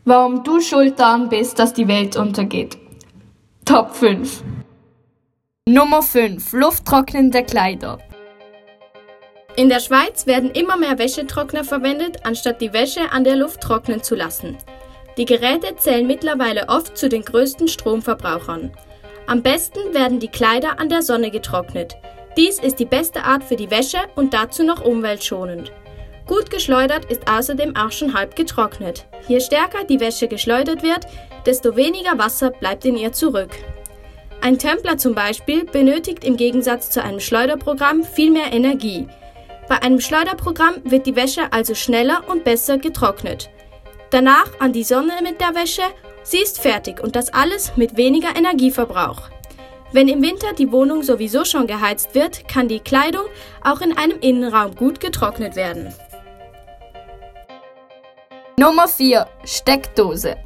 Warum du schuld daran bist, dass die Welt untergeht. Top 5. Nummer 5. Lufttrocknende Kleider. In der Schweiz werden immer mehr Wäschetrockner verwendet, anstatt die Wäsche an der Luft trocknen zu lassen. Die Geräte zählen mittlerweile oft zu den größten Stromverbrauchern. Am besten werden die Kleider an der Sonne getrocknet. Dies ist die beste Art für die Wäsche und dazu noch umweltschonend. Gut geschleudert ist außerdem auch schon halb getrocknet. Je stärker die Wäsche geschleudert wird, desto weniger Wasser bleibt in ihr zurück. Ein Tumbler zum Beispiel benötigt im Gegensatz zu einem Schleuderprogramm viel mehr Energie. Bei einem Schleuderprogramm wird die Wäsche also schneller und besser getrocknet. Danach an die Sonne mit der Wäsche, sie ist fertig und das alles mit weniger Energieverbrauch. Wenn im Winter die Wohnung sowieso schon geheizt wird, kann die Kleidung auch in einem Innenraum gut getrocknet werden. Nummer 4. Steckdose.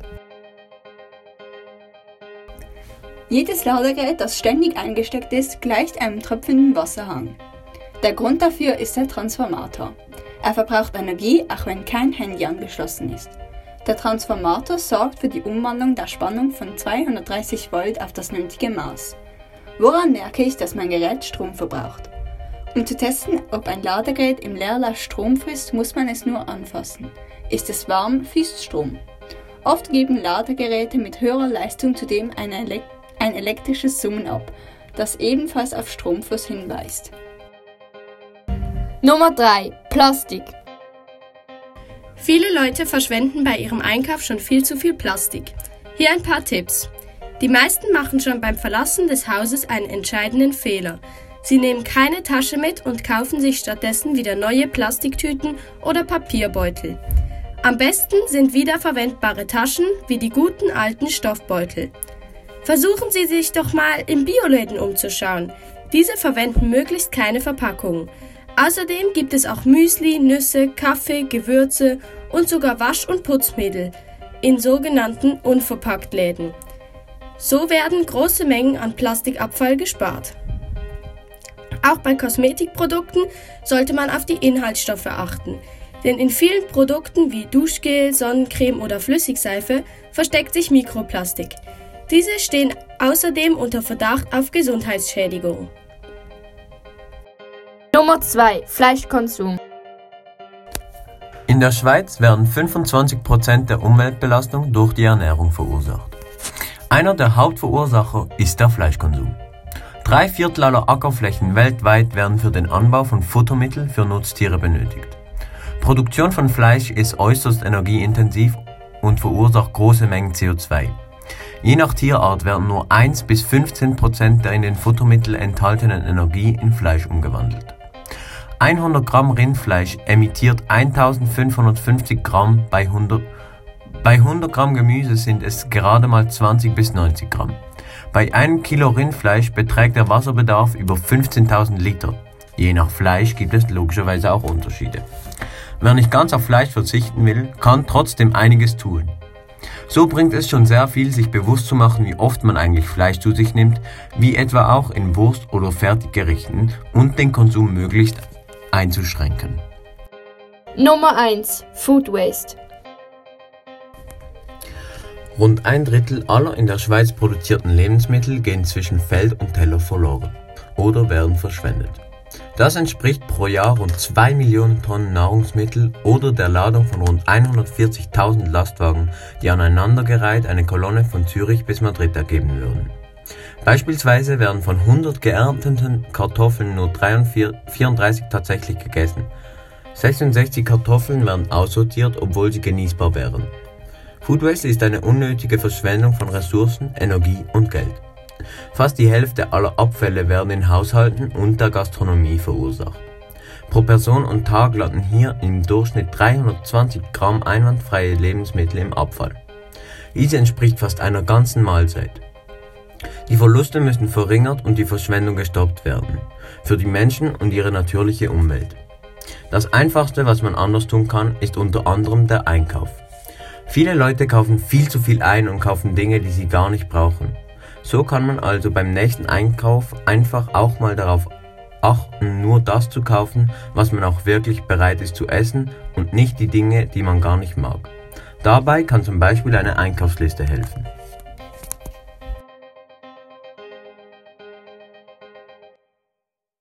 Jedes Ladegerät, das ständig eingesteckt ist, gleicht einem tropfenden Wasserhahn. Der Grund dafür ist der Transformator. Er verbraucht Energie, auch wenn kein Handy angeschlossen ist. Der Transformator sorgt für die Umwandlung der Spannung von 230 Volt auf das nötige Maß. Woran merke ich, dass mein Gerät Strom verbraucht? Um zu testen, ob ein Ladegerät im Leerlauf Strom frisst, muss man es nur anfassen. Ist es warm, fließt Strom. Oft geben Ladegeräte mit höherer Leistung zudem ein elektrisches Summen ab, das ebenfalls auf Stromfluss hinweist. Nummer 3. Plastik. Viele Leute verschwenden bei ihrem Einkauf schon viel zu viel Plastik. Hier ein paar Tipps. Die meisten machen schon beim Verlassen des Hauses einen entscheidenden Fehler. Sie nehmen keine Tasche mit und kaufen sich stattdessen wieder neue Plastiktüten oder Papierbeutel. Am besten sind wiederverwendbare Taschen wie die guten alten Stoffbeutel. Versuchen Sie sich doch mal in Bioläden umzuschauen. Diese verwenden möglichst keine Verpackungen. Außerdem gibt es auch Müsli, Nüsse, Kaffee, Gewürze und sogar Wasch- und Putzmittel in sogenannten Unverpacktläden. So werden große Mengen an Plastikabfall gespart. Auch bei Kosmetikprodukten sollte man auf die Inhaltsstoffe achten, denn in vielen Produkten wie Duschgel, Sonnencreme oder Flüssigseife versteckt sich Mikroplastik. Diese stehen außerdem unter Verdacht auf Gesundheitsschädigung. Nummer 2. Fleischkonsum. In der Schweiz werden 25% der Umweltbelastung durch die Ernährung verursacht. Einer der Hauptverursacher ist der Fleischkonsum. 3/4 aller Ackerflächen weltweit werden für den Anbau von Futtermitteln für Nutztiere benötigt. Produktion von Fleisch ist äußerst energieintensiv und verursacht große Mengen CO2. Je nach Tierart werden nur 1 bis 15% der in den Futtermitteln enthaltenen Energie in Fleisch umgewandelt. 100 Gramm Rindfleisch emittiert 1550 Gramm, bei 100 Gramm Gemüse sind es gerade mal 20 bis 90 Gramm. Bei 1 Kilo Rindfleisch beträgt der Wasserbedarf über 15.000 Liter. Je nach Fleisch gibt es logischerweise auch Unterschiede. Wer nicht ganz auf Fleisch verzichten will, kann trotzdem einiges tun. So bringt es schon sehr viel, sich bewusst zu machen, wie oft man eigentlich Fleisch zu sich nimmt, wie etwa auch in Wurst- oder Fertiggerichten, und den Konsum möglichst einzuschränken. Nummer 1. Food Waste. Rund 1/3 aller in der Schweiz produzierten Lebensmittel gehen zwischen Feld und Teller verloren oder werden verschwendet. Das entspricht pro Jahr rund 2 Millionen Tonnen Nahrungsmittel oder der Ladung von rund 140.000 Lastwagen, die aneinandergereiht eine Kolonne von Zürich bis Madrid ergeben würden. Beispielsweise werden von 100 geernteten Kartoffeln nur 34 tatsächlich gegessen. 66 Kartoffeln werden aussortiert, obwohl sie genießbar wären. Food Waste ist eine unnötige Verschwendung von Ressourcen, Energie und Geld. Fast die Hälfte aller Abfälle werden in Haushalten und der Gastronomie verursacht. Pro Person und Tag landen hier im Durchschnitt 320 Gramm einwandfreie Lebensmittel im Abfall. Diese entspricht fast einer ganzen Mahlzeit. Die Verluste müssen verringert und die Verschwendung gestoppt werden, für die Menschen und ihre natürliche Umwelt. Das Einfachste, was man anders tun kann, ist unter anderem der Einkauf. Viele Leute kaufen viel zu viel ein und kaufen Dinge, die sie gar nicht brauchen. So kann man also beim nächsten Einkauf einfach auch mal darauf achten, nur das zu kaufen, was man auch wirklich bereit ist zu essen und nicht die Dinge, die man gar nicht mag. Dabei kann zum Beispiel eine Einkaufsliste helfen.